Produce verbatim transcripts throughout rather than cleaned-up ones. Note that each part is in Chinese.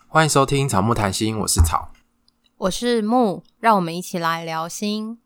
欢迎收听草木谈心，我是草， 我是木，让我们一起来聊心。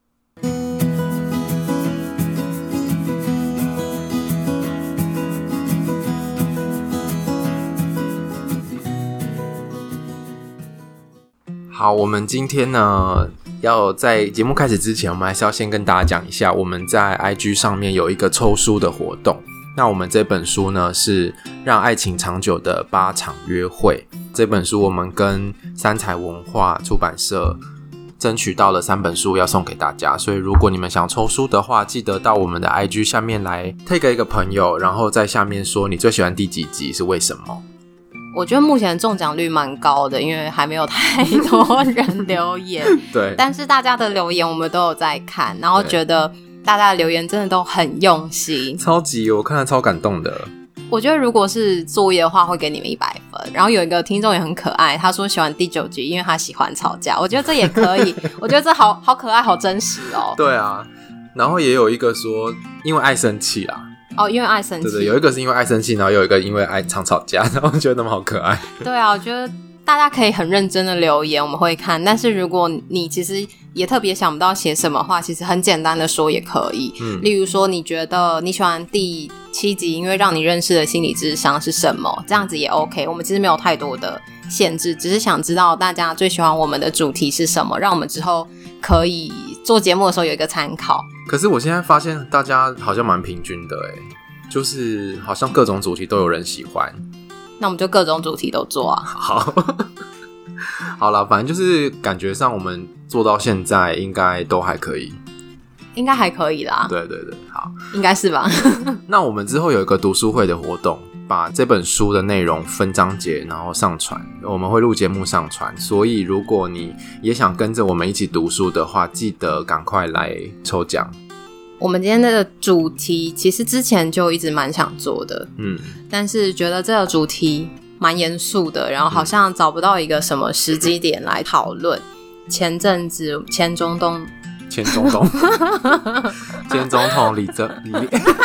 好，我们今天呢，要在节目开始之前，我们还是要先跟大家讲一下，我们在 I G 上面有一个抽书的活动。那我们这本书呢，是让爱情长久的八场约会。这本书我们跟三彩文化出版社争取到了三本书要送给大家，所以如果你们想抽书的话，记得到我们的 I G 下面来 tag 一个朋友，然后在下面说你最喜欢第几集，是为什么。 我觉得目前中奖率蛮高的，因为还没有太多人留言对， 但是大家的留言我们都有在看，然后觉得大家的留言真的都很用心， 超级我看了超感动的。 我觉得如果是作业的话会给你们一百分。然后有一个听众也很可爱，他说喜欢第九集因为他喜欢吵架，我觉得这也可以我觉得这好好可爱好真实哦。 对啊，然后也有一个说因为爱生气啦， 哦，因为爱生气， 对对，有一个是因为爱生气，然后有一个因为爱常吵架，然后觉得他们好可爱。 对啊，我觉得大家可以很认真的留言，我们会看。但是如果你其实也特别想不到写什么话，其实很简单的说也可以。嗯，例如说你觉得你喜欢第七集，因为让你认识的心理智商是什么，这样子也 OK。我们其实没有太多的限制，只是想知道大家最喜欢我们的主题是什么，让我们之后可以做节目的时候有一个参考。 可是我现在发现大家好像蛮平均的耶，就是好像各种主题都有人喜欢。 那我们就各种主题都做啊。 好好啦，反正就是感觉上我们做到现在应该都还可以， 应该还可以啦。 对对对，好， 应该是吧。 那我们之后有一个读书会的活动，把这本书的内容分章节然后上传，我们会录节目上传，所以如果你也想跟着我们一起读书的话，记得赶快来抽奖。 我们今天的主题其实之前就一直蛮想做的， 嗯， 但是觉得这个主题蛮严肃的，然后好像找不到一个什么时机点来讨论。前阵子前中东前总统前总统李登李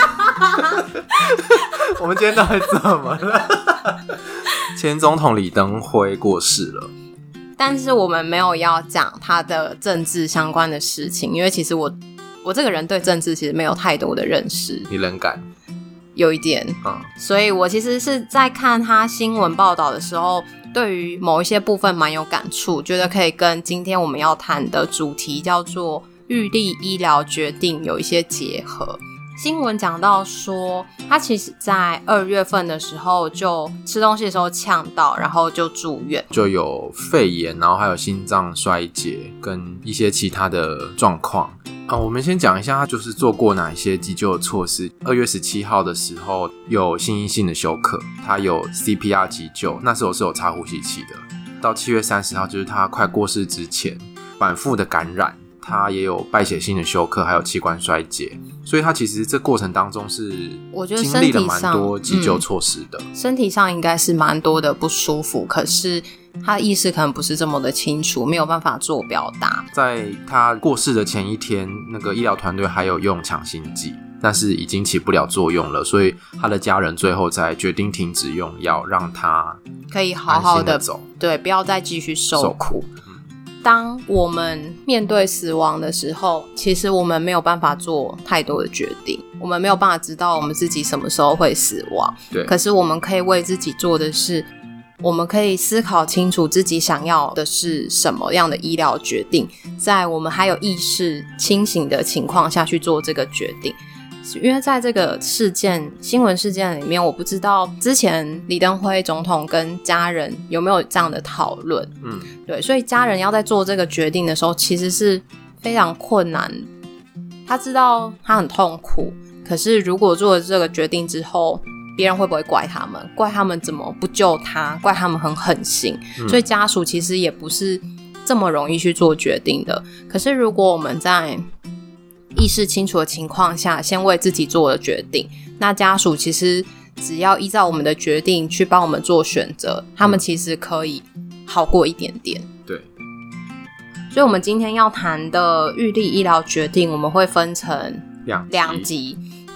我们今天到底怎么了？前总统李登辉过世了， 但是我们没有要讲他的政治相关的事情，因为其实我我这个人对政治其实没有太多的认识。 你冷感？ 有一点、 嗯、 所以我其实是在看他新闻报道的时候，对于某一些部分蛮有感触，觉得可以跟今天我们要谈的主题叫做预立医疗决定有一些结合。新闻讲到说他其实在二月份的时候就吃东西的时候呛到，然后就住院， 就有肺炎，然后还有心脏衰竭跟一些其他的状况啊。我们先讲一下他就是做过哪一些急救的措施。二月十七号的时候有心因性的休克，他有 C P R 急救，那时候是有插呼吸器的。到七月三十号就是他快过世之前，反复的感染，他也有败血性的休克，还有器官衰竭，所以他其实这过程当中是经历了蛮多急救措施的。 身体上、嗯、身体上应该是蛮多的不舒服，可是他的意识可能不是这么的清楚，没有办法做表达。 在他过世的前一天，那个医疗团队还有用强心剂，但是已经起不了作用了，所以他的家人最后才决定停止用药，让他可以好好的走， 对，不要再继续受苦。当我们面对死亡的时候，其实我们没有办法做太多的决定，我们没有办法知道我们自己什么时候会死亡。 对， 可是我们可以为自己做的是，我们可以思考清楚自己想要的是什么样的医疗决定，在我们还有意识清醒的情况下去做这个决定。因为在这个事件新闻事件里面，我不知道之前李登辉总统跟家人有没有这样的讨论。嗯，对，所以家人要在做这个决定的时候其实是非常困难。他知道他很痛苦，可是如果做了这个决定之后，别人会不会怪他们？怪他们怎么不救他？怪他们很狠心。嗯，所以家属其实也不是这么容易去做决定的。可是如果我们在意识清楚的情况下先为自己做了决定，那家属其实只要依照我们的决定去帮我们做选择，他们其实可以好过一点点。 对， 所以我们今天要谈的预立医疗决定我们会分成两两集，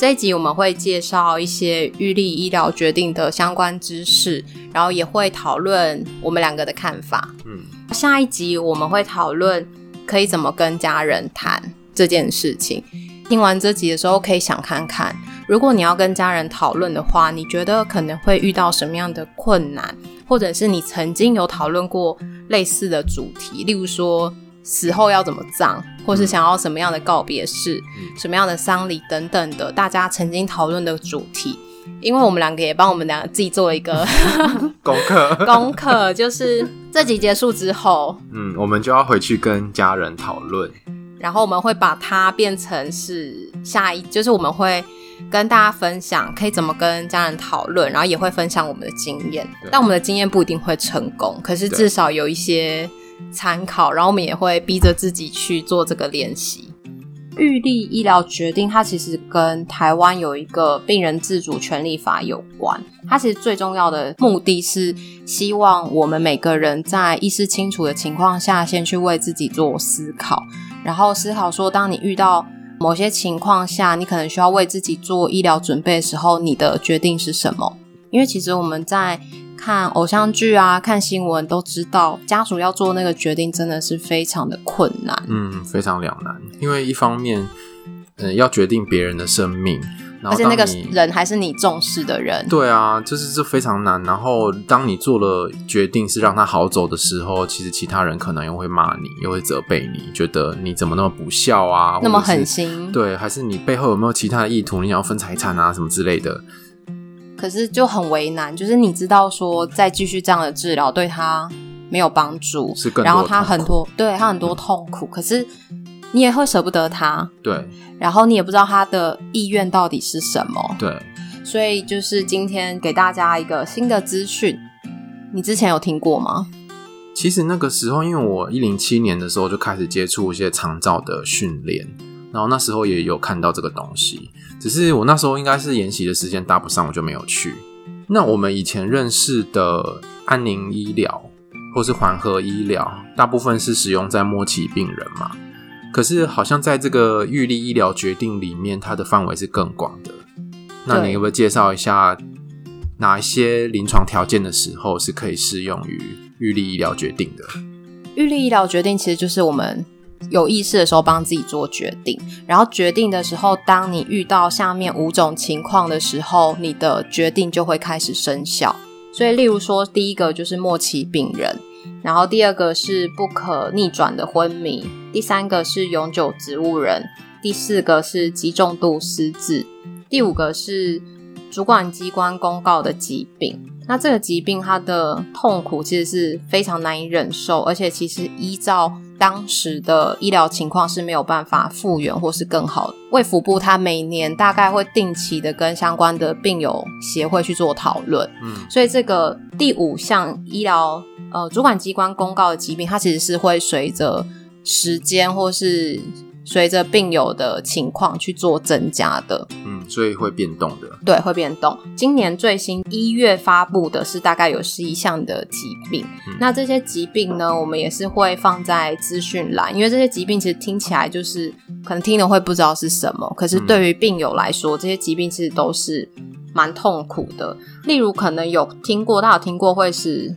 这一集我们会介绍一些预立医疗决定的相关知识，然后也会讨论我们两个的看法。嗯，下一集我们会讨论可以怎么跟家人谈这件事情。听完这集的时候可以想看看，如果你要跟家人讨论的话，你觉得可能会遇到什么样的困难，或者是你曾经有讨论过类似的主题，例如说死后要怎么葬，或是想要什么样的告别式、嗯、什么样的丧礼等等的大家曾经讨论的主题。因为我们两个也帮我们两个自己做了一个功课功课就是这集结束之后嗯，我们就要回去跟家人讨论， 然后我们会把它变成是下一，就是我们会跟大家分享可以怎么跟家人讨论，然后也会分享我们的经验，但我们的经验不一定会成功，可是至少有一些参考，然后我们也会逼着自己去做这个练习。预立医疗决定它其实跟台湾有一个病人自主权利法有关，它其实最重要的目的是希望我们每个人在意识清楚的情况下先去为自己做思考，然后思考说当你遇到某些情况下你可能需要为自己做医疗准备的时候，你的决定是什么。因为其实我们在看偶像剧啊看新闻都知道家属要做那个决定真的是非常的困难， 嗯，非常两难。因为一方面、呃、要决定别人的生命，然后而且那个人还是你重视的人， 对啊，就是这非常难。然后当你做了决定是让他好走的时候，其实其他人可能又会骂你，又会责备你，觉得你怎么那么不孝啊， 那么狠心， 对，还是你背后有没有其他的意图，你想要分财产啊什么之类的。 可是就很为难，就是你知道说再继续这样的治疗对他没有帮助， 是更多然后他很多对他很多痛苦、嗯、可是你也会舍不得他， 对， 然后你也不知道他的意愿到底是什么， 对， 所以就是今天给大家一个新的资讯，你之前有听过吗？ 其实那个时候因为我一零七年的时候就开始接触一些长照的训练，然后那时候也有看到这个东西，只是我那时候应该是研习的时间搭不上，我就没有去。那我们以前认识的安宁医疗或是缓和医疗大部分是使用在末期病人嘛，可是好像在这个预立医疗决定里面它的范围是更广的。那你可不可以介绍一下哪一些临床条件的时候是可以适用于预立医疗决定的？ 预立医疗决定其实就是我们有意识的时候帮自己做决定，然后决定的时候当你遇到下面五种情况的时候，你的决定就会开始生效。所以例如说第一个就是末期病人，然后第二个是不可逆转的昏迷，第三个是永久植物人，第四个是极重度失智，第五个是主管机关公告的疾病。那这个疾病它的痛苦其实是非常难以忍受，而且其实依照当时的医疗情况是没有办法复原或是更好的。卫福部它每年大概会定期的跟相关的病友协会去做讨论，嗯，所以这个第五项医疗呃主管机关公告的疾病，它其实是会随着时间或是随着病友的情况去做增加的， 嗯，所以会变动的， 对，会变动。今年最新一月发布的是大概有十一项的疾病、嗯、那这些疾病呢我们也是会放在资讯栏，因为这些疾病其实听起来就是可能听了会不知道是什么，可是对于病友来说、嗯、这些疾病其实都是蛮痛苦的。例如可能有听过，大家有听过会是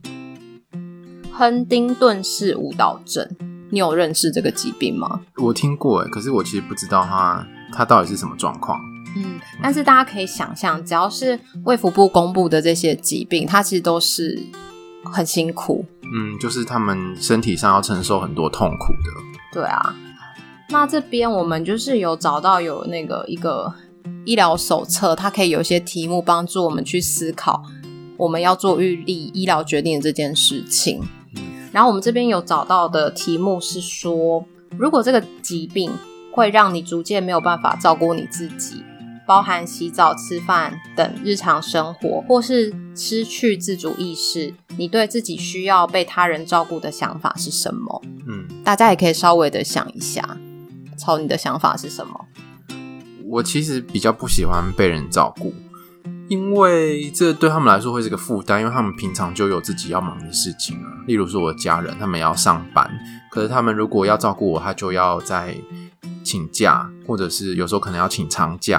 亨丁顿氏舞蹈症，你有认识这个疾病吗？ 我听过耶，可是我其实不知道它它到底是什么状况。 嗯，但是大家可以想象，只要是卫福部公布的这些疾病，它其实都是很辛苦。 嗯，就是他们身体上要承受很多痛苦的。 对啊，那这边我们就是有找到有那个一个医疗手册，它可以有一些题目帮助我们去思考我们要做预立医疗决定的这件事情。然后我们这边有找到的题目是说，如果这个疾病会让你逐渐没有办法照顾你自己，包含洗澡、吃饭等日常生活，或是失去自主意识，你对自己需要被他人照顾的想法是什么？嗯，大家也可以稍微的想一下，超你的想法是什么？ 我其实比较不喜欢被人照顾，因为这对他们来说会是个负担，因为他们平常就有自己要忙的事情了。例如说我的家人，他们也要上班，可是他们如果要照顾我，他就要再请假，或者是有时候可能要请长假，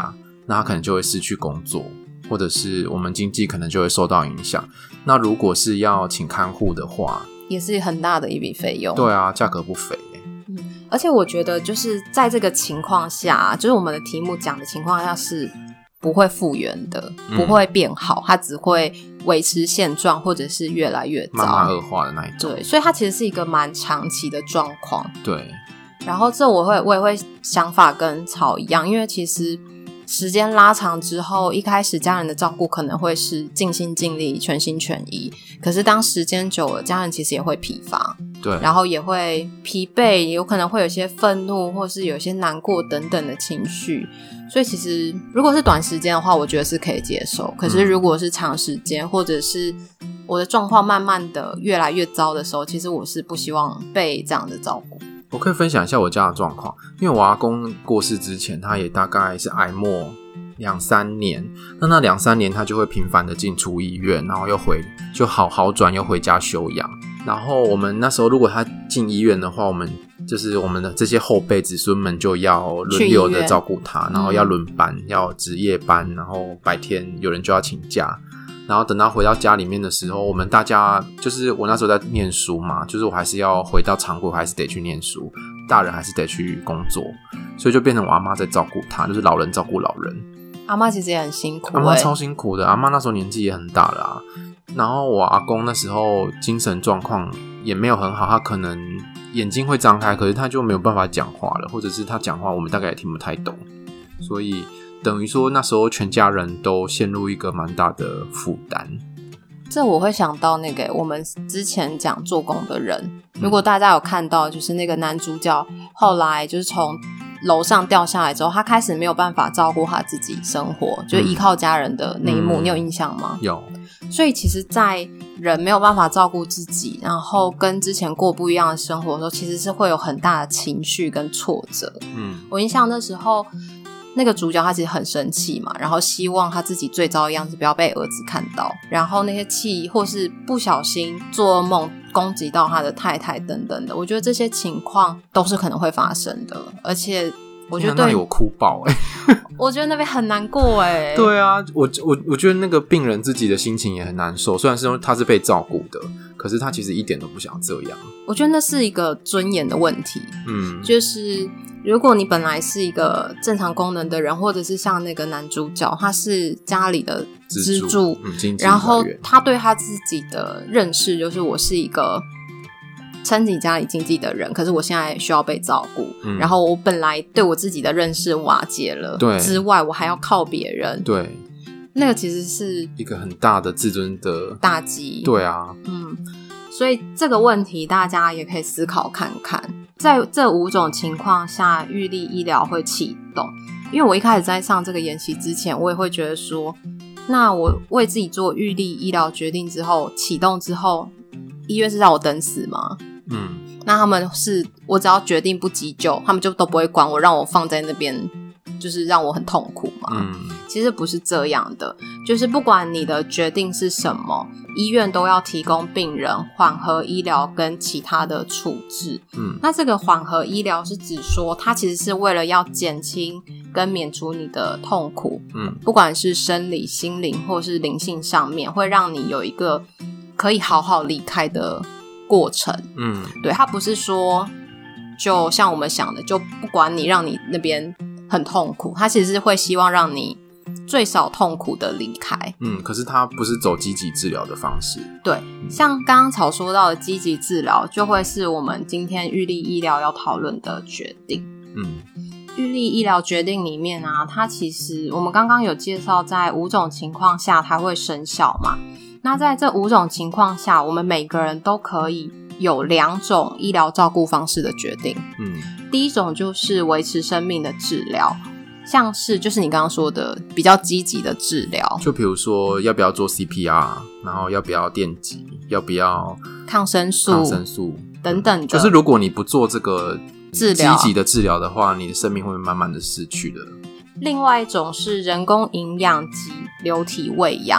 那他可能就会失去工作，或者是我们经济可能就会受到影响。那如果是要请看护的话， 也是很大的一笔费用。 对啊，价格不菲耶。 嗯，而且我觉得就是在这个情况下，就是我们的题目讲的情况下是不会复原的，不会变好，它只会维持现状，或者是越来越糟， 慢慢恶化的那一种。 对，所以它其实是一个蛮长期的状况。 对， 然后这我会我也会想法跟草一样，因为其实时间拉长之后，一开始家人的照顾可能会是尽心尽力全心全意，可是当时间久了，家人其实也会疲乏， 对， 然后也会疲惫，有可能会有些愤怒或是有些难过等等的情绪。所以其实如果是短时间的话，我觉得是可以接受，可是如果是长时间、嗯、或者是我的状况慢慢的越来越糟的时候，其实我是不希望被这样的照顾。 我可以分享一下我家的状况，因为我阿公过世之前，他也大概是癌末两三年，那那两三年他就会频繁的进出医院，然后又回就好好转又回家休养。然后我们那时候如果他进医院的话，我们就是我们的这些后辈子孙们就要轮流的照顾他，然后要轮班、嗯、要值夜班，然后白天有人就要请假。然后等到回到家里面的时候，我们大家就是我那时候在念书嘛，就是我还是要回到常规，还是得去念书，大人还是得去工作，所以就变成我阿妈在照顾他，就是老人照顾老人。 阿妈其实也很辛苦、欸、 阿妈超辛苦的，阿妈那时候年纪也很大了啊。然后我阿公那时候精神状况也没有很好，他可能眼睛会张开，可是他就没有办法讲话了，或者是他讲话我们大概也听不太懂，所以等于说那时候全家人都陷入一个蛮大的负担。 这我会想到那个我们之前讲做工的人，如果大家有看到就是那个男主角后来就是从楼上掉下来之后，他开始没有办法照顾他自己生活，就是依靠家人的那一幕、嗯、你有印象吗？ 有。 所以其实在人没有办法照顾自己，然后跟之前过不一样的生活的时候，其实是会有很大的情绪跟挫折。嗯，我印象那时候那个主角他其实很生气嘛，然后希望他自己最糟的样子不要被儿子看到，然后那些气或是不小心做噩梦攻击到他的太太等等的，我觉得这些情况都是可能会发生的，而且我觉得对、 那里我哭爆欸我觉得那边很难过欸。 对啊，我我我觉得那个病人自己的心情也很难受，虽然是他是被照顾的，可是他其实一点都不想这样。 我觉得那是一个尊严的问题。嗯，就是如果你本来是一个正常功能的人，或者是像那个男主角他是家里的支柱, 支柱、嗯、经济来源，然后他对他自己的认识就是我是一个撑起家里经济的人，可是我现在需要被照顾、嗯、然后我本来对我自己的认识瓦解了，对之外我还要靠别人， 对， 那个其实是一个很大的自尊的打击。 对啊， 嗯，所以这个问题大家也可以思考看看，在这五种情况下预立医疗会启动。因为我一开始在上这个研习之前，我也会觉得说，那我为自己做预立医疗决定之后启动之后，医院是让我等死吗？嗯，那他们是我只要决定不急救，他们就都不会管我，让我放在那边就是让我很痛苦嘛。嗯，其实不是这样的，就是不管你的决定是什么，医院都要提供病人缓和医疗跟其他的处置。嗯，那这个缓和医疗是指说它其实是为了要减轻跟免除你的痛苦，嗯，不管是生理心灵或是灵性上面，会让你有一个可以好好离开的过程。嗯，对，它不是说就像我们想的就不管你让你那边很痛苦，它其实是会希望让你最少痛苦的离开。 嗯，可是它不是走积极治疗的方式。 对，像刚刚草说到的积极治疗就会是我们今天预立医疗要讨论的决定。嗯，预立医疗决定里面啊，它其实我们刚刚有介绍在五种情况下它会生效嘛，那在这五种情况下我们每个人都可以有两种医疗照顾方式的决定。嗯，第一种就是维持生命的治疗，像是就是你刚刚说的比较积极的治疗， 就比如说要不要做 C P R， 然后要不要电击，要不要抗生素抗生素等等的、嗯、 就是如果你不做这个治疗积极的治疗的话，你的生命会慢慢的失去的。 另外一种是人工营养及流体喂养，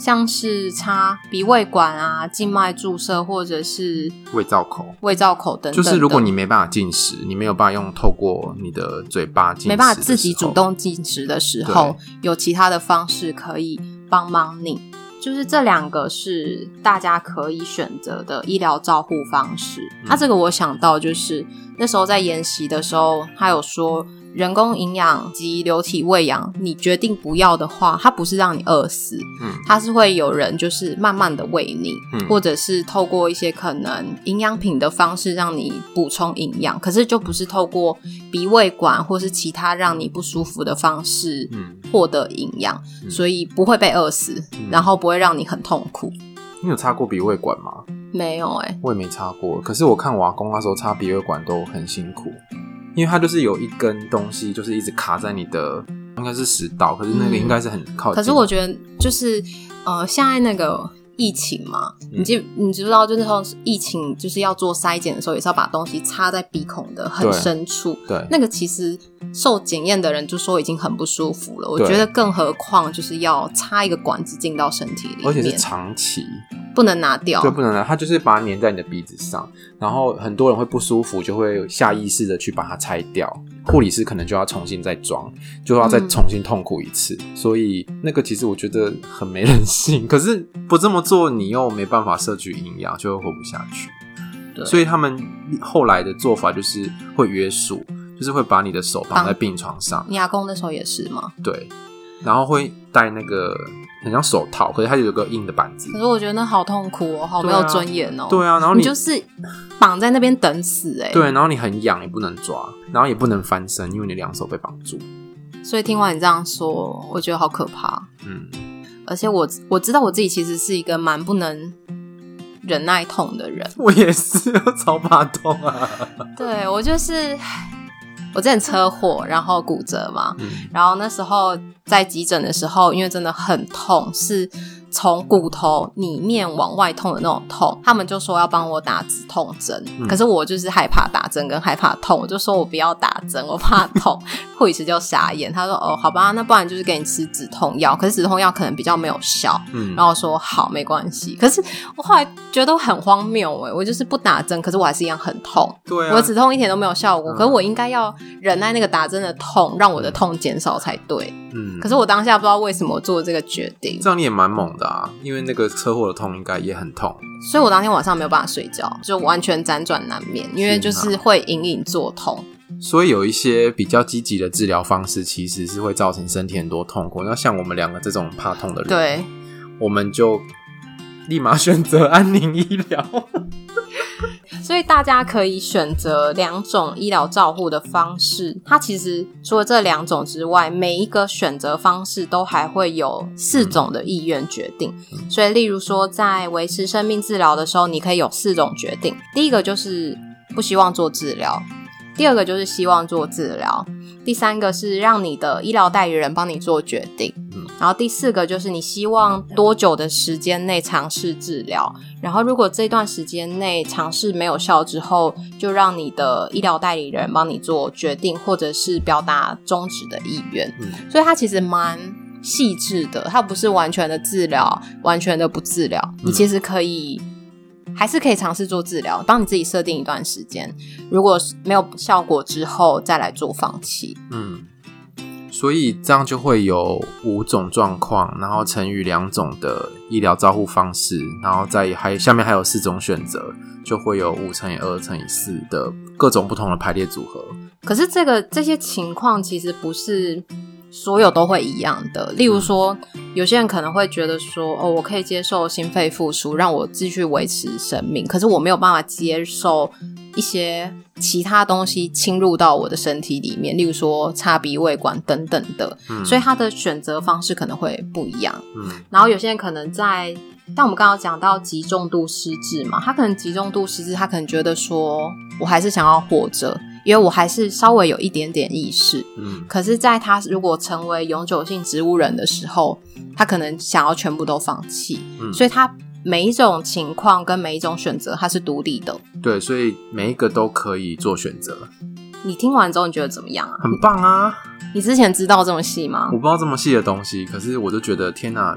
像是插鼻胃管啊、静脉注射或者是胃造口、 胃造口等等的。 就是如果你没办法进食，你没有办法用透过你的嘴巴进食的时候， 没办法自己主动进食的时候，有其他的方式可以帮忙你。就是这两个是大家可以选择的医疗照护方式。那、嗯啊、这个我想到就是那时候在研习的时候，他有说人工营养及流体喂养，你决定不要的话，它不是让你饿死，嗯，它是会有人就是慢慢的喂你，嗯，或者是透过一些可能营养品的方式让你补充营养，可是就不是透过鼻胃管或是其他让你不舒服的方式获得营养，嗯，所以不会被饿死，嗯，然后不会让你很痛苦。 你有插过鼻胃管吗？ 没有欸， 我也没插过，可是我看我阿公那时候插鼻胃管都很辛苦，因为它就是有一根东西就是一直卡在你的应该是食道，可是那个应该是很靠近，嗯，可是我觉得就是呃，现在那个疫情嘛，嗯，你知你知不知道就是说疫情就是要做筛检的时候也是要把东西插在鼻孔的很深处， 对， 那个其实受检验的人就说已经很不舒服了，我觉得更何况就是要插一个管子进到身体里面， 而且是长期不能拿掉， 对，不能拿，它就是把它粘在你的鼻子上，然后很多人会不舒服，就会下意识的去把它拆掉，护理师可能就要重新再装，就要再重新痛苦一次，嗯，所以那个其实我觉得很没人性，可是不这么做你又没办法摄取营养，就会活不下去，对，所以他们后来的做法就是会约束，就是会把你的手绑在病床上， 你阿公那时候也是吗？ 对，然后会戴那个很像手套，可是它有个硬的板子。 可是我觉得那好痛苦哦，好没有尊严哦。 对啊，然后 你, 你就是绑在那边等死欸。 对，然后你很痒，也不能抓，然后也不能翻身，因为你两手被绑住。 所以听完你这样说，我觉得好可怕。嗯，而且我我知道我自己其实是一个蛮不能忍耐痛的人。 我也是，我超怕痛啊。 对，我就是我之前车祸，然后骨折嘛，嗯，然后那时候在急诊的时候，因为真的很痛，是从骨头里面往外痛的那种痛，他们就说要帮我打止痛针，嗯，可是我就是害怕打针跟害怕痛，我就说我不要打针，我怕痛。护理师就傻眼，他说哦好吧，那不然就是给你吃止痛药，可是止痛药可能比较没有效，嗯，然后我说好没关系，可是我后来觉得很荒谬耶，我就是不打针，可是我还是一样很痛。 对啊， 我的止痛一点都没有效果，嗯，可是我应该要忍耐那个打针的痛，让我的痛减少才对。嗯，可是我当下不知道为什么我做这个决定。 这样你也蛮猛的啊，因为那个车祸的痛应该也很痛， 所以我当天晚上没有办法睡觉，就完全辗转难眠，因为就是会隐隐作痛。 所以有一些比较积极的治疗方式其实是会造成身体很多痛苦，那像我们两个这种怕痛的人， 对， 我们就立马选择安宁医疗。 所以大家可以选择两种医疗照护的方式，它其实除了这两种之外，每一个选择方式都还会有四种的意愿决定，嗯，所以例如说在维持生命治疗的时候，你可以有四种决定。第一个就是不希望做治疗，第二个就是希望做治疗，第三个是让你的医疗代理人帮你做决定，嗯，然后第四个就是你希望多久的时间内尝试治疗，然后如果这段时间内尝试没有效之后，就让你的医疗代理人帮你做决定，或者是表达终止的意愿，嗯，所以它其实蛮细致的，它不是完全的治疗完全的不治疗，你其实可以还是可以尝试做治疗，帮你自己设定一段时间，如果没有效果之后再来做放弃。嗯， 所以这样就会有五种状况，然后乘以两种的医疗照护方式，然后再还下面还有四种选择，就会有五乘以二乘以四的各种不同的排列组合。 可是这个这些情况其实不是所有都会一样的，例如说，嗯，有些人可能会觉得说，哦，我可以接受心肺复苏，让我继续维持生命，可是我没有办法接受一些其他东西侵入到我的身体里面，例如说插鼻胃管等等的，嗯，所以他的选择方式可能会不一样。嗯，然后有些人可能在，但我们刚刚讲到极重度失智嘛，他可能极重度失智，他可能觉得说，我还是想要活着。因为我还是稍微有一点点意识，嗯，可是在他如果成为永久性植物人的时候，他可能想要全部都放弃，嗯，所以他每一种情况跟每一种选择它是独立的。 对，所以每一个都可以做选择。 你听完之后你觉得怎么样啊？ 很棒啊！ 你之前知道这么细吗？ 我不知道这么细的东西，可是我就觉得天哪，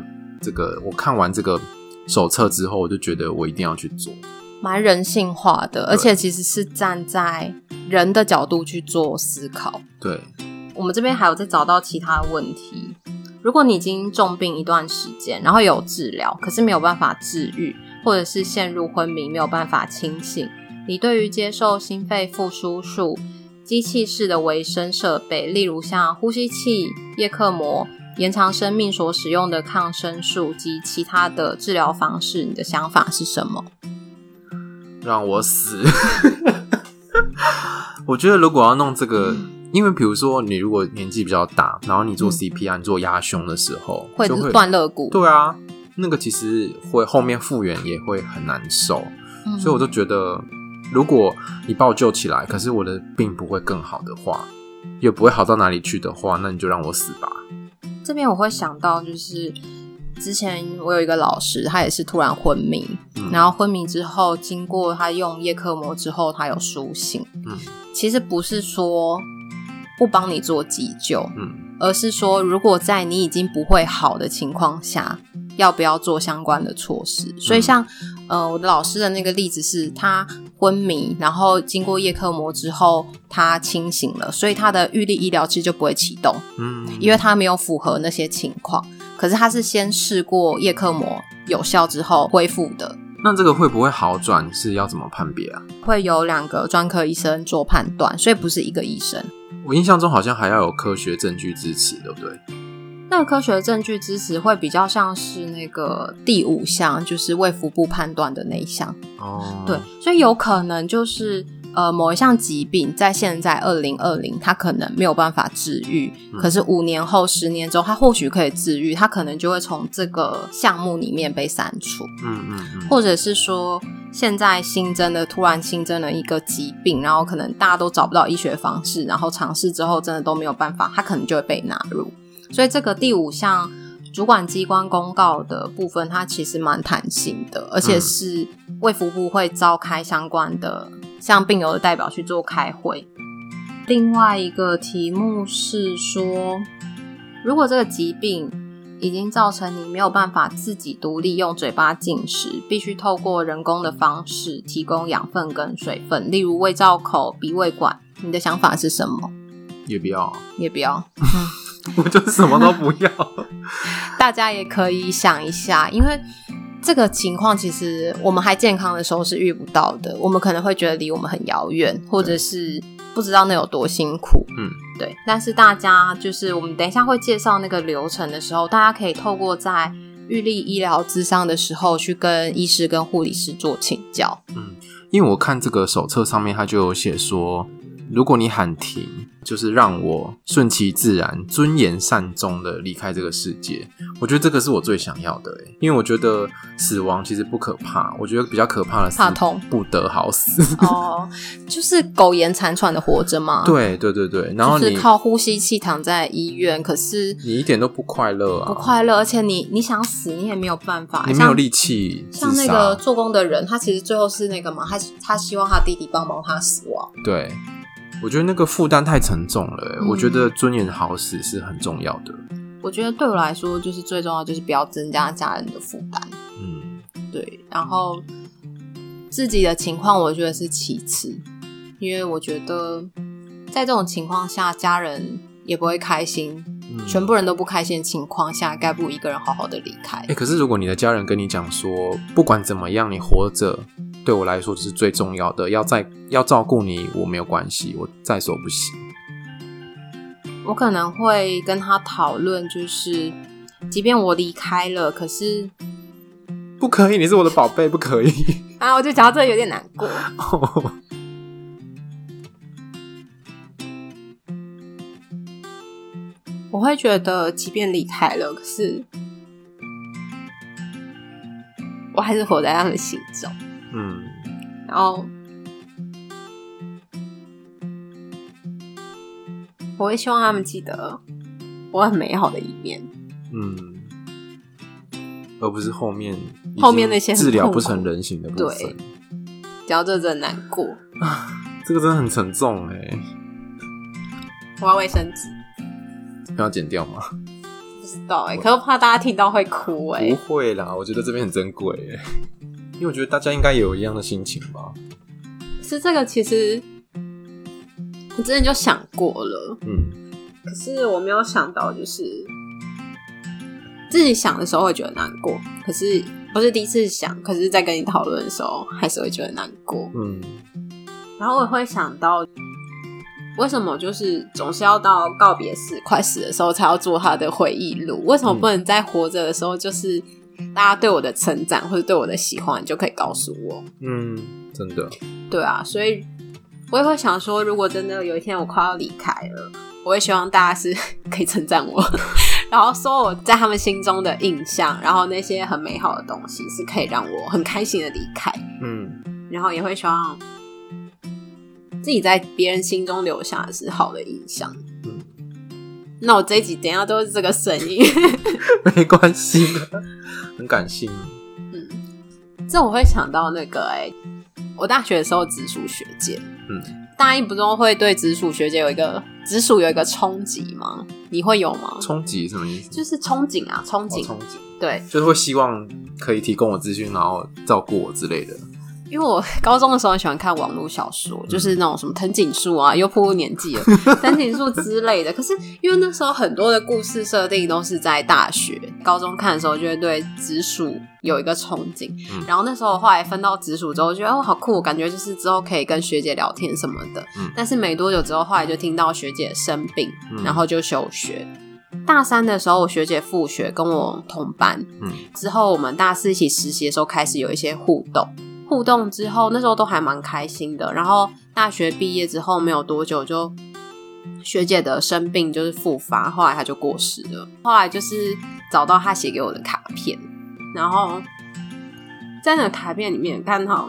这个我看完这个手册之后，我就觉得我一定要去做。 蛮人性化的，而且其实是站在人的角度去做思考。 对， 我们这边还有再找到其他的问题。如果你已经重病一段时间，然后有治疗，可是没有办法治愈，或者是陷入昏迷没有办法清醒，你对于接受心肺复苏术、机器式的维生设备，例如像呼吸器、叶克膜、延长生命所使用的抗生素及其他的治疗方式，你的想法是什么？ 让我死我觉得如果要弄这个、嗯、因为比如说你如果年纪比较大，然后你做 C P R、嗯、你做压胸的时候会断肋骨， 对啊，那个其实会后面复原也会很难受、嗯、所以我就觉得如果你把我救起来，可是我的病不会更好的话，也不会好到哪里去的话，那你就让我死吧。 这边我会想到就是之前我有一个老师，他也是突然昏迷、嗯、然后昏迷之后经过他用叶克膜之后他有苏醒、嗯、其实不是说不帮你做急救、嗯、而是说如果在你已经不会好的情况下要不要做相关的措施。所以像、嗯、呃我的老师的那个例子是他昏迷，然后经过叶克膜之后他清醒了，所以他的预立医疗其实就不会启动、嗯、因为他没有符合那些情况，可是他是先试过叶克膜有效之后恢复的。 那这个会不会好转是要怎么判别啊？ 会有两个专科医生做判断，所以不是一个医生。 我印象中好像还要有科学证据支持，对不对？ 那个科学证据支持会比较像是那个第五项，就是卫福部判断的那一项。哦，对，所以有可能就是呃某一项疾病在现在二零二零它可能没有办法治愈、嗯、可是五年后十年之后它或许可以治愈，它可能就会从这个项目里面被删除。嗯嗯嗯，或者是说现在新增的突然新增了一个疾病，然后可能大家都找不到医学方式，然后尝试之后真的都没有办法，它可能就会被纳入。所以这个第五项主管机关公告的部分它其实蛮弹性的，而且是卫福部会召开相关的像病友的代表去做开会。另外一个题目是说，如果这个疾病已经造成你没有办法自己独立用嘴巴进食，必须透过人工的方式提供养分跟水分，例如胃造口、鼻胃管，你的想法是什么？ 也不要， 也不要我就什么都不要大家也可以想一下，因为这个情况其实我们还健康的时候是遇不到的，我们可能会觉得离我们很遥远，或者是不知道那有多辛苦。嗯，对。但是大家就是我们等一下会介绍那个流程的时候，大家可以透过在预立医疗咨商的时候去跟医师跟护理师做请教。 嗯，因为我看这个手册上面它就有写说，如果你喊停，就是让我顺其自然尊严善终的离开这个世界。我觉得这个是我最想要的耶，因为我觉得死亡其实不可怕，我觉得比较可怕的是怕痛， 不得好死哦，就是苟延残喘的活着嘛。 对对对对，然后你就是靠呼吸器躺在医院，可是你一点都不快乐啊， 不快乐，而且你你想死你也没有办法， 你没有力气自杀。 像那个做工的人，他其实最后是那个嘛，他他希望他弟弟帮忙他死亡。 对，我觉得那个负担太沉重了、嗯、我觉得尊严好死是很重要的。 我觉得对我来说就是最重要就是不要增加家人的负担。嗯，对，然后自己的情况我觉得是其次，因为我觉得在这种情况下家人也不会开心、嗯、全部人都不开心的情况下，该不一个人好好的离开、 欸、可是如果你的家人跟你讲说不管怎么样你活着对我来说是最重要的，要在要照顾你我没有关系，我在所不惜， 我可能会跟他讨论，就是即便我离开了，可是不可以，你是我的宝贝，不可以啊！我就讲到这里有点难过、oh. 我会觉得即便离开了，可是我还是活在他们心中。嗯，然后我会希望他们记得我很美好的一面。嗯， 而不是后面后面那些治疗不成人形的部分。 对，讲到这真的难过啊，这个真的很沉重哎。 我要卫生纸， 要剪掉吗？ 不知道哎、欸，可是怕大家听到会哭哎、欸。 不会啦，我觉得这边很珍贵哎，因为我觉得大家应该也有一样的心情吧。 是这个，其实我之前就想过了，嗯，可是我没有想到，就是自己想的时候会觉得难过，可是不是第一次想，可是在跟你讨论的时候，还是会觉得难过，嗯。然后我也会想到，为什么就是总是要到告别式快死的时候才要做他的回忆录？为什么不能在活着的时候，就是大家对我的称赞或者对我的喜欢就可以告诉我？嗯， 真的。 对啊，所以我也会想说，如果真的有一天我快要离开了，我也希望大家是可以称赞我，然后说我在他们心中的印象，然后那些很美好的东西是可以让我很开心的离开。嗯，然后也会希望自己在别人心中留下的是好的印象。嗯，那我这一集等一下都是这个声音， 没关系的，很感性。 嗯，这我会想到那个哎、欸，我大学的时候直属学姐，嗯，大一不都会对直属学姐有一个直属有一个冲击吗？你会有吗？ 冲击什么意思？ 就是憧憬啊，憧憬， 哦、憧憬， 对， 就是会希望可以提供我资讯，然后照顾我之类的。 因为我高中的时候很喜欢看网络小说，嗯、就是那种什么藤井树啊，又步入年纪了，藤井树之类的。可是因为那时候很多的故事设定都是在大学、高中看的时候，就会对直属有一个憧憬。嗯、然后那时候后来分到直属之后，觉得哦好酷，感觉就是之后可以跟学姐聊天什么的。嗯、但是没多久之后，后来就听到学姐生病，嗯、然后就休学。大三的时候，我学姐复学，跟我同班。嗯、之后我们大四一起实习的时候，开始有一些互动。互动之后，那时候都还蛮开心的。然后大学毕业之后没有多久，就学姐的生病就是复发，后来她就过世了。后来就是找到她写给我的卡片，然后在那个卡片里面看到，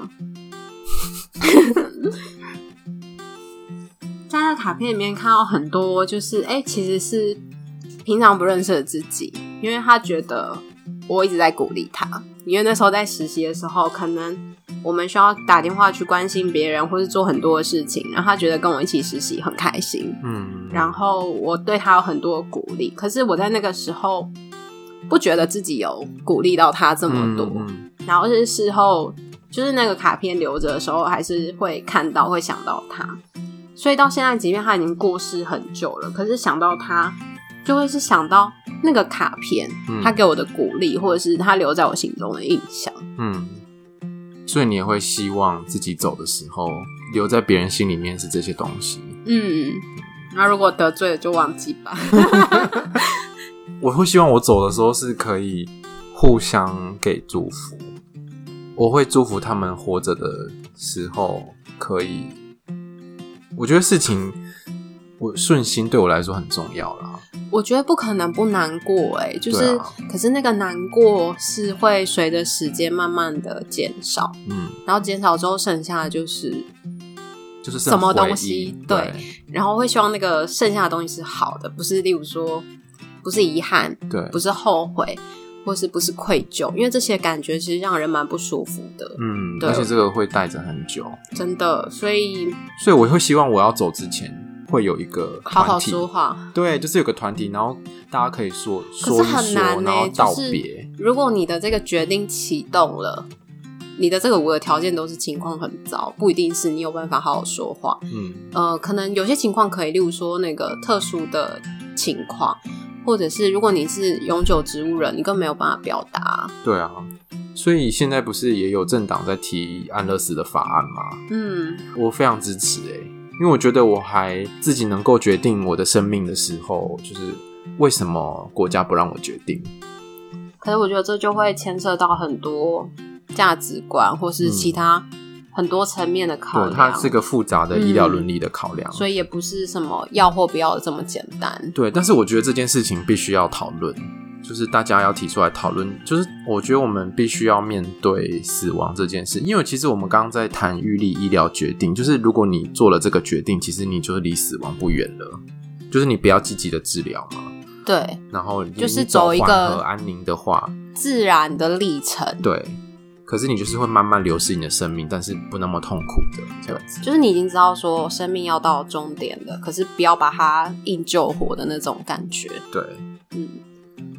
在那个卡片里面看到很多，就是哎、欸，其实是平常不认识的自己，因为她觉得我一直在鼓励她。因为那时候在实习的时候，可能我们需要打电话去关心别人，或是做很多的事情，然后他觉得跟我一起实习很开心，嗯，然后我对他有很多的鼓励，可是我在那个时候不觉得自己有鼓励到他这么多，嗯嗯、然后是事后就是那个卡片留着的时候，还是会看到会想到他，所以到现在即便他已经过世很久了，可是想到他就会是想到那个卡片，嗯、他给我的鼓励，或者是他留在我心中的印象。嗯， 所以你也会希望自己走的时候，留在别人心里面是这些东西。 嗯，那如果得罪了就忘记吧。 我会希望我走的时候是可以互相给祝福，我会祝福他们活着的时候可以，我觉得事情我顺心对我来说很重要啦。 我觉得不可能不难过欸，就是、啊、可是那个难过是会随着时间慢慢的减少，嗯，然后减少之后剩下的就是就是什么东西，对， 对， 然后会希望那个剩下的东西是好的，不是例如说不是遗憾， 对， 不是后悔，或是不是愧疚，因为这些感觉其实让人蛮不舒服的， 嗯，而且这个会带着很久， 真的，所以所以我会希望我要走之前会有一个团体， 好好说话， 对，就是有个团体，然后大家可以说说一说， 可是很难欸， 然后道别、 就是。如果你的这个决定启动了，你的这个五个条件都是情况很糟，不一定是你有办法好好说话。嗯，呃，可能有些情况可以，例如说那个特殊的情况，或者是如果你是永久植物人，你更没有办法表达。 对啊，所以现在不是也有政党在提安乐死的法案吗？嗯，我非常支持欸。因为我觉得我还自己能够决定我的生命的时候，就是为什么国家不让我决定？ 可是我觉得这就会牵涉到很多价值观或是其他很多层面的考量， 对，它是个复杂的医疗伦理的考量、嗯、 所以也不是什么要或不要的这么简单。 对，但是我觉得这件事情必须要讨论，就是大家要提出来讨论，就是我觉得我们必须要面对死亡这件事，因为其实我们刚刚在谈预立医疗决定，就是如果你做了这个决定，其实你就是离死亡不远了，就是你不要积极的治疗嘛， 对， 然后你就是走一个缓和安宁的话， 自然的历程， 对，可是你就是会慢慢流逝你的生命，但是不那么痛苦的这样子， 就是你已经知道说生命要到终点了，可是不要把它硬救活的那种感觉， 对，嗯。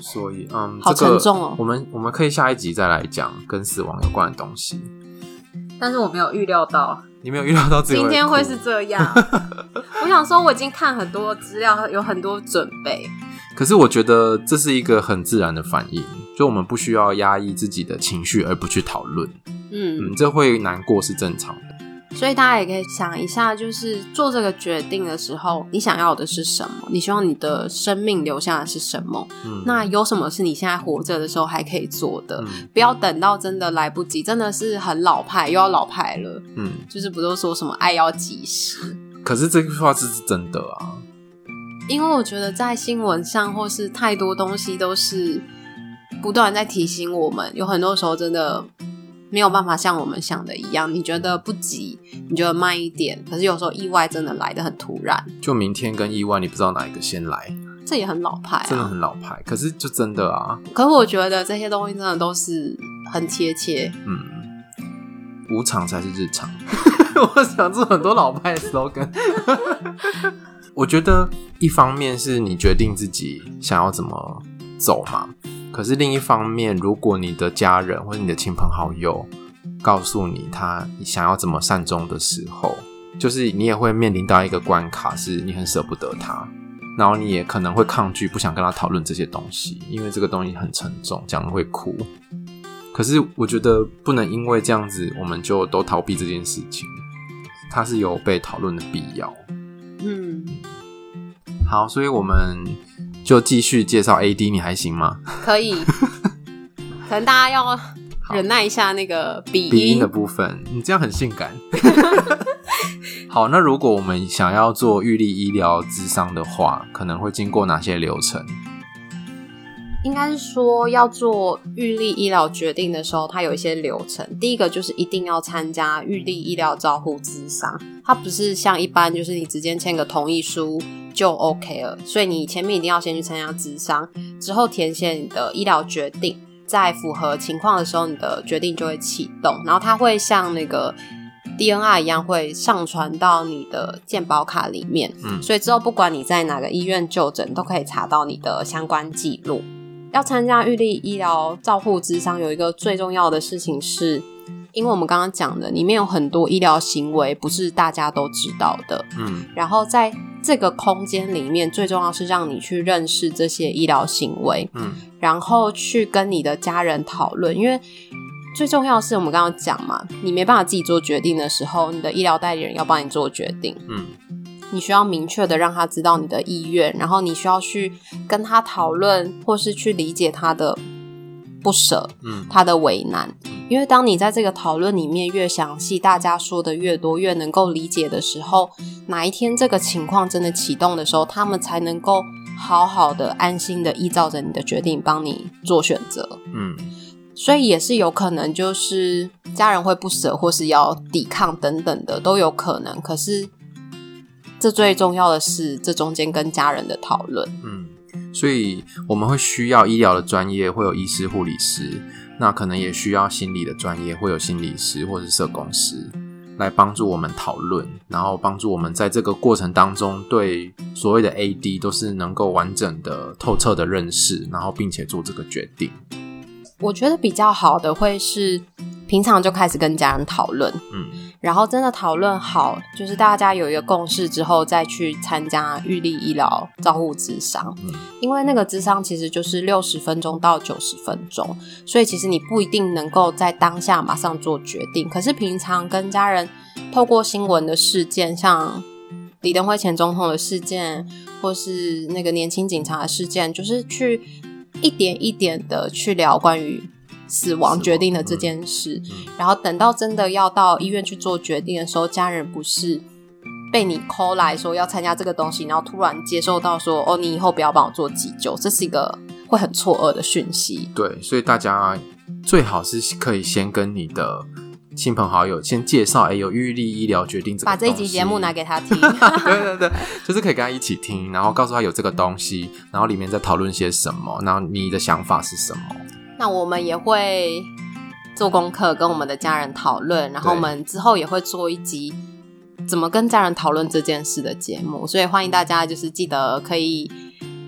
所以嗯， 好沉重哦。 这个、我们我们可以下一集再来讲跟死亡有关的东西。 但是我没有预料到， 你没有预料到自己会今天会是这样。我想说，我已经看很多资料，有很多准备。 可是我觉得这是一个很自然的反应，就我们不需要压抑自己的情绪而不去讨论。嗯嗯，这会难过是正常的。 所以大家也可以想一下，就是做这个决定的时候，你想要的是什么？你希望你的生命留下的是什么？嗯，那有什么是你现在活着的时候还可以做的？嗯，不要等到真的来不及，真的是很老派，又要老派了。嗯，就是不都说什么爱要及时？ 可是这句话是真的啊， 因为我觉得在新闻上或是太多东西都是不断在提醒我们，有很多时候真的没有办法像我们想的一样，你觉得不急，你觉得慢一点，可是有时候意外真的来得很突然，就明天跟意外你不知道哪一个先来， 这也很老派啊， 真的很老派，可是就真的啊。 可是我觉得这些东西真的都是很贴切， 嗯，无常才是日常。我想出很多老派的 slogan。我觉得一方面是你决定自己想要怎么走嘛，可是另一方面，如果你的家人或者你的亲朋好友告诉你他想要怎么善终的时候，就是你也会面临到一个关卡，是你很舍不得他，然后你也可能会抗拒，不想跟他讨论这些东西，因为这个东西很沉重，讲了会哭。可是我觉得不能因为这样子我们就都逃避这件事情，它是有被讨论的必要。嗯，好，所以我们就继续介绍 A D， 你还行吗？ 可以，可能大家要忍耐一下那个鼻音鼻音的部分，你这样很性感。好，那如果我们想要做预立医疗諮商的话，可能会经过哪些流程？ 应该是说要做预立医疗决定的时候，它有一些流程。第一个就是一定要参加预立医疗照护諮商，它不是像一般就是你直接签个同意书就 OK 了，所以你前面一定要先去参加諮商，之后填写你的医疗决定，在符合情况的时候，你的决定就会启动，然后它会像那个 D N R 一样会上传到你的健保卡里面，嗯，所以之后不管你在哪个医院就诊，都可以查到你的相关记录。要参加预立医疗照护諮商有一个最重要的事情是，因为我们刚刚讲的里面有很多医疗行为不是大家都知道的，嗯，然后在这个空间里面最重要是让你去认识这些医疗行为，嗯，然后去跟你的家人讨论，因为最重要的是我们刚刚讲嘛，你没办法自己做决定的时候，你的医疗代理人要帮你做决定，嗯，你需要明确的让他知道你的意愿，然后你需要去跟他讨论或是去理解他的不舍，嗯，他的为难，因为当你在这个讨论里面越详细，大家说的越多，越能够理解的时候，哪一天这个情况真的启动的时候，他们才能够好好的安心的依照着你的决定帮你做选择，嗯，所以也是有可能就是家人会不舍或是要抵抗等等的都有可能，可是这最重要的是这中间跟家人的讨论。 嗯，所以我们会需要医疗的专业，会有医师护理师，那可能也需要心理的专业，会有心理师或是社工师来帮助我们讨论，然后帮助我们在这个过程当中对所谓的 A D 都是能够完整的透彻的认识，然后并且做这个决定。 我觉得比较好的会是平常就开始跟家人讨论，嗯，然后真的讨论好，就是大家有一个共识之后再去参加预立医疗照护諮商，嗯，因为那个諮商其实就是六十分钟到九十分钟，所以其实你不一定能够在当下马上做决定，可是平常跟家人透过新闻的事件，像李登辉前总统的事件或是那个年轻警察的事件，就是去一点一点的去聊关于死亡决定的这件事，嗯嗯，然后等到真的要到医院去做决定的时候，家人不是被你 call 来说要参加这个东西，然后突然接受到说哦，你以后不要帮我做急救，这是一个会很错愕的讯息。 对，所以大家最好是可以先跟你的亲朋好友先介绍，哎，有预立医疗决定这个东西， 把这一集节目拿给他听。 对对对，就是可以跟他一起听，然后告诉他有这个东西，然后里面在讨论些什么，然后你的想法是什么。 那我们也会做功课跟我们的家人讨论，然后我们之后也会做一集怎么跟家人讨论这件事的节目，所以欢迎大家就是记得可以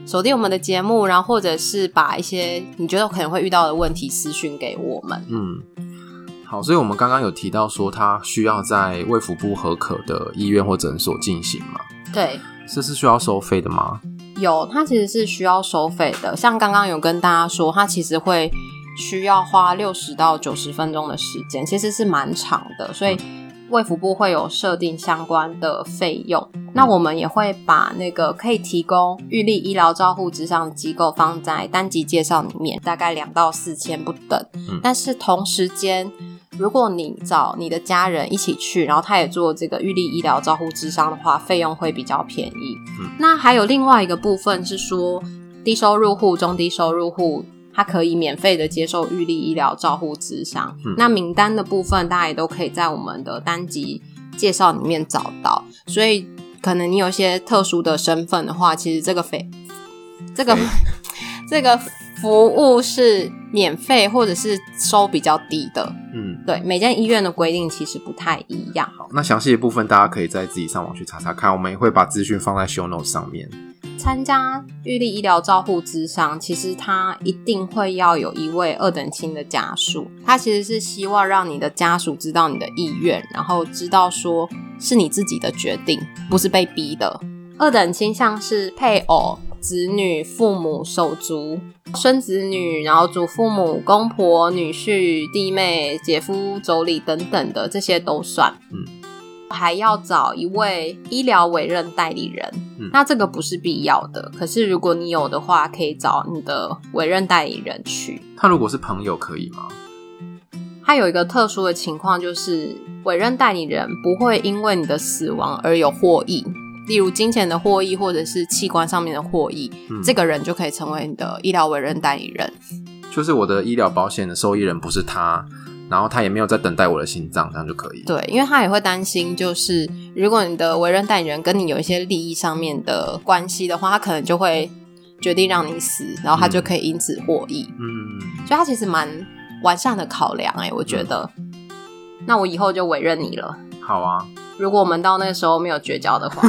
锁定我们的节目，然后或者是把一些你觉得可能会遇到的问题私讯给我们。 嗯，好，所以我们刚刚有提到说它需要在卫福部核可的医院或诊所进行嘛？ 对， 这是需要收费的吗？ 有，它其实是需要收费的。像刚刚有跟大家说，它其实会需要花六十到九十分钟的时间，其实是蛮长的，所以卫福部会有设定相关的费用。那我们也会把那个可以提供预立医疗照护之上的机构放在单集介绍里面，大概两到四千不等、嗯、但是同时间如果你找你的家人一起去，然后他也做这个预立医疗照护之上的话，费用会比较便宜、嗯、那还有另外一个部分是说低收入户、中低收入户他可以免费的接受预立医疗照护咨商、嗯、那名单的部分大家也都可以在我们的单集介绍里面找到，所以可能你有一些特殊的身份的话，其实这个费这个这个服务是免费或者是收比较低的。嗯，对，每间医院的规定其实不太一样。 好，那详细的部分大家可以在自己上网去查查看，我们也会把资讯放在 show notes 上面。 参加预立医疗照护咨商，其实他一定会要有一位二等亲的家属，他其实是希望让你的家属知道你的意愿，然后知道说是你自己的决定，不是被逼的。二等亲像是配偶、子女、父母、手足、孙子女，然后祖父母、公婆、女婿、弟妹、姐夫、妯娌等等的，这些都算。嗯，还要找一位医疗委任代理人、嗯、那这个不是必要的，可是如果你有的话可以找你的委任代理人去。 他如果是朋友可以吗？ 他有一个特殊的情况，就是委任代理人不会因为你的死亡而有获益，例如金钱的获益或者是器官上面的获益、嗯、这个人就可以成为你的医疗委任代理人。 就是我的医疗保险的受益人不是他，然后他也没有在等待我的心脏，这样就可以。 对，因为他也会担心，就是如果你的委任代理人跟你有一些利益上面的关系的话，他可能就会决定让你死，然后他就可以因此获益。嗯，所以他其实蛮完善的考量欸，我觉得、嗯、那我以后就委任你了。 好啊， 如果我们到那个时候没有绝交的话。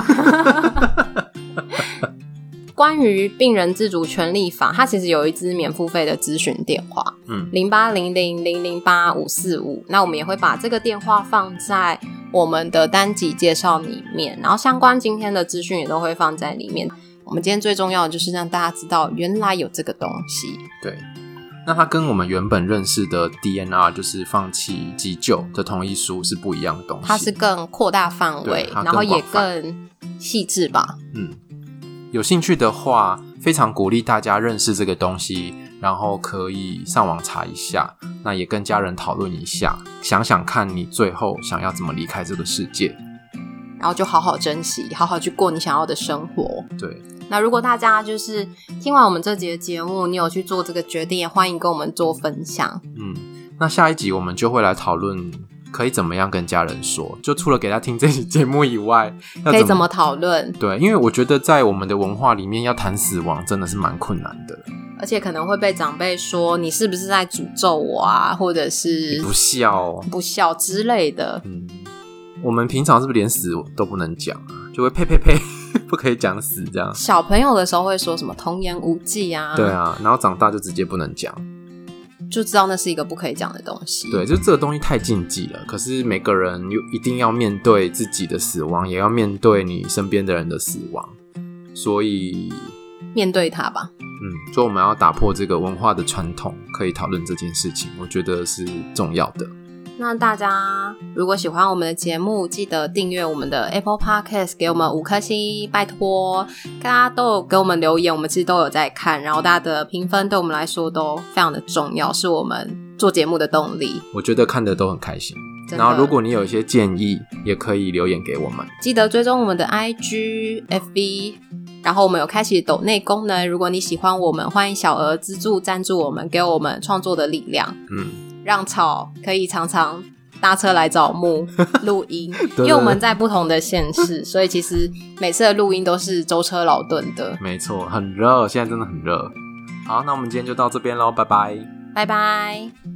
关于病人自主权利法，它其实有一支免付费的咨询电话，嗯，零八零零零零八五四五。那我们也会把这个电话放在我们的单集介绍里面，然后相关今天的资讯也都会放在里面。我们今天最重要的就是让大家知道原来有这个东西。 对，那它跟我们原本认识的 D N R 就是放弃急救的同意书是不一样的东西， 它是更扩大范围，然后也更细致吧。嗯， 有兴趣的话非常鼓励大家认识这个东西，然后可以上网查一下，那也跟家人讨论一下，想想看你最后想要怎么离开这个世界， 然后就好好珍惜，好好去过你想要的生活。 对， 那如果大家就是听完我们这集的节目，你有去做这个决定，也欢迎跟我们做分享。 嗯，那下一集我们就会来讨论可以怎么样跟家人说，就除了给他听这期节目以外，要可以怎么讨论。 对，因为我觉得在我们的文化里面要谈死亡真的是蛮困难的， 而且可能会被长辈说你是不是在诅咒我啊，或者是不孝不孝之类的。 嗯，我们平常是不是连死都不能讲啊？就会呸呸呸不可以讲死这样。 小朋友的时候会说什么童言无忌啊， 对啊，然后长大就直接不能讲， 就知道那是一个不可以讲的东西。 对，就这个东西太禁忌了，可是每个人又一定要面对自己的死亡，也要面对你身边的人的死亡，所以面对它吧。 嗯，所以我们要打破这个文化的传统，可以讨论这件事情，我觉得是重要的。 那大家如果喜欢我们的节目，记得订阅我们的 Apple Podcast， 给我们五颗星，拜托。大家都有给我们留言，我们其实都有在看，然后大家的评分对我们来说都非常的重要，是我们做节目的动力。 我觉得看得都很开心。然后如果你有一些建议，也可以留言给我们。 记得追踪我们的 I G F B， 然后我们有开启抖内功能，如果你喜欢我们，欢迎小额资助赞助我们，给我们创作的力量。嗯，让草可以常常搭车来找木录音。因为我们在不同的县市，所以其实每次的录音都是舟车劳顿的。 没错，很热，现在真的很热。好，那我们今天就到这边咯，拜拜。 拜拜。